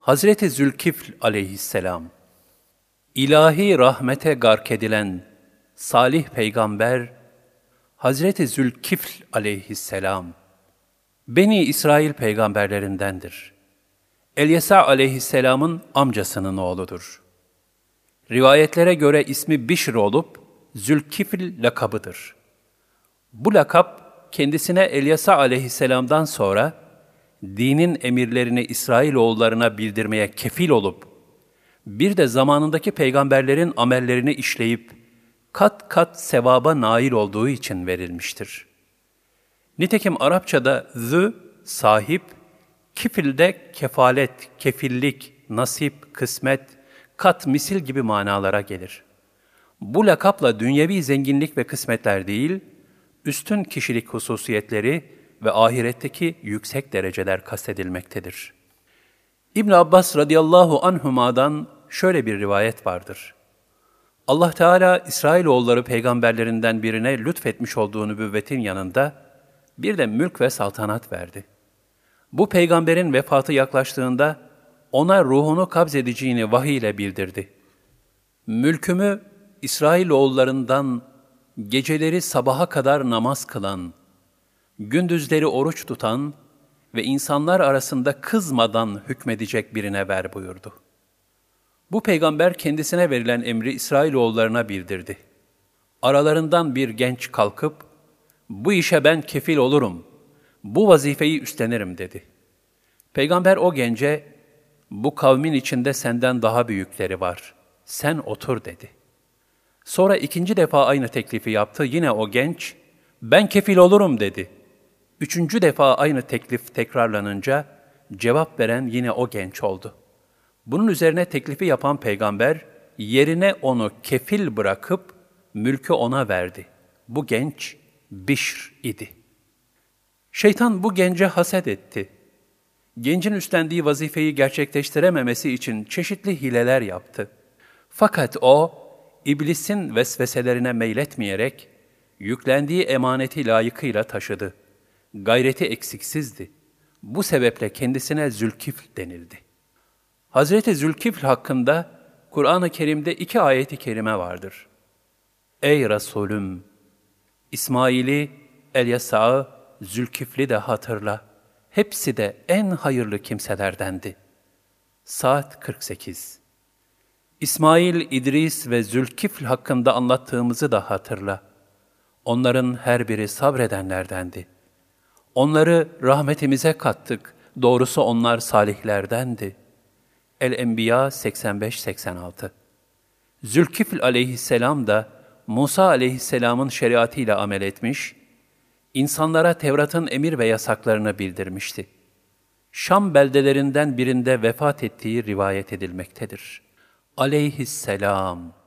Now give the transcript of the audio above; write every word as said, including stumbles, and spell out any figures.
Hazreti Zülkifl aleyhisselam, ilahi rahmete gark edilen salih peygamber, Hazreti Zülkifl aleyhisselam, Beni İsrail peygamberlerindendir. Elyesa aleyhisselamın amcasının oğludur. Rivayetlere göre ismi Bişr olup, Zülkifl lakabıdır. Bu lakap, kendisine Elyesa aleyhisselamdan sonra, dinin emirlerini İsrailoğullarına bildirmeye kefil olup, bir de zamanındaki peygamberlerin amellerini işleyip, kat kat sevaba nail olduğu için verilmiştir. Nitekim Arapçada zü, sahip, kifilde kefalet, kefillik, nasip, kısmet, kat, misil gibi manalara gelir. Bu lakapla dünyevi zenginlik ve kısmetler değil, üstün kişilik hususiyetleri ve ahiretteki yüksek dereceler kastedilmektedir. İbn Abbas radıyallahu anhuma'dan şöyle bir rivayet vardır. Allah Teala İsrailoğulları peygamberlerinden birine lütfetmiş olduğu nübüvvetin yanında bir de mülk ve saltanat verdi. Bu peygamberin vefatı yaklaştığında ona ruhunu kabzedeceğini vahiy ile bildirdi. Mülkümü İsrailoğullarından geceleri sabaha kadar namaz kılan, gündüzleri oruç tutan ve insanlar arasında kızmadan hükmedecek birine ver buyurdu. Bu peygamber kendisine verilen emri İsrailoğullarına bildirdi. Aralarından bir genç kalkıp, bu işe ben kefil olurum, bu vazifeyi üstlenirim dedi. Peygamber o gence, bu kavmin içinde senden daha büyükleri var, sen otur dedi. Sonra ikinci defa aynı teklifi yaptı, yine o genç, ben kefil olurum dedi. Üçüncü defa aynı teklif tekrarlanınca, cevap veren yine o genç oldu. Bunun üzerine teklifi yapan peygamber, yerine onu kefil bırakıp, mülkü ona verdi. Bu genç, Bişr idi. Şeytan bu gence haset etti. Gencin üstlendiği vazifeyi gerçekleştirememesi için çeşitli hileler yaptı. Fakat o, iblisin vesveselerine meyletmeyerek, yüklendiği emaneti layıkıyla taşıdı. Gayreti eksiksizdi. Bu sebeple kendisine Zülkifl denildi. Hazreti Zülkifl hakkında Kur'an-ı Kerim'de iki ayet-i kerime vardır. Ey Resulüm! İsmail'i, Elyesa'ı, Zülkifl'i de hatırla. Hepsi de en hayırlı kimselerdendi. Saat kırk sekiz. İsmail, İdris ve Zülkifl hakkında anlattığımızı da hatırla. Onların her biri sabredenlerdendi. Onları rahmetimize kattık, doğrusu onlar salihlerdendi. El-Enbiya seksen beş seksen altı. Zülkifl aleyhisselam da Musa aleyhisselamın şeriatıyla amel etmiş, insanlara Tevrat'ın emir ve yasaklarını bildirmişti. Şam beldelerinden birinde vefat ettiği rivayet edilmektedir. Aleyhisselam.